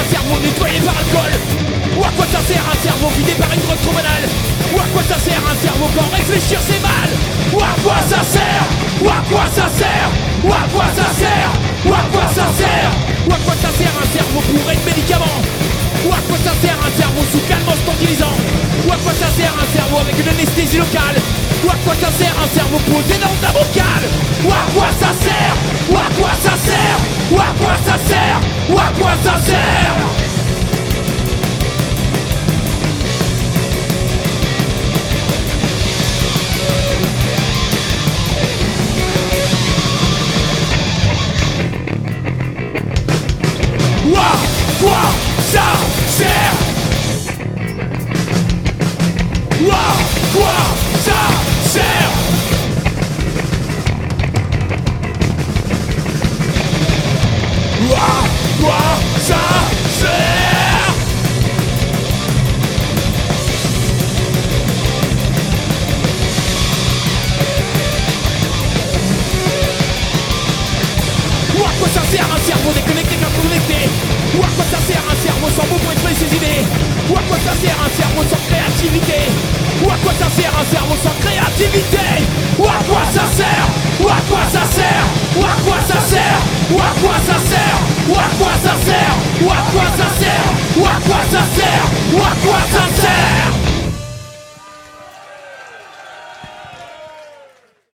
un cerveau nettoyé par alcool? Ou à quoi ça sert un cerveau vidé par une drogue trop banale? Ou à quoi ça sert un cerveau quand réfléchir c'est mal? Ou à quoi ça sert? Ou à quoi ça sert? Ou à quoi ça sert? Ou à quoi ça sert? Ou à quoi ça sert un cerveau bourré de médicaments? Ou à quoi ça sert un cerveau sous calmant tranquillisant? Ou à quoi ça sert un cerveau avec une anesthésie locale? Ou à quoi ça sert un cerveau posé dans ta vocale? Ou à quoi ça sert? Ou à quoi ça sert? Ou à quoi ça sert? Ou à quoi ça sert? Ou à quoi ça sert? Ou à quoi ça sert? Ou à quoi ça sert? Ou à quoi ça sert un cerveau déconnecté quand connecté? Ou à quoi ça sert un cerveau sans mots pour exprimer ses idées? Ou à quoi ça sert un cerveau sans créativité? Ou à quoi ça sert un cerveau sans créativité? Ou à quoi ça sert?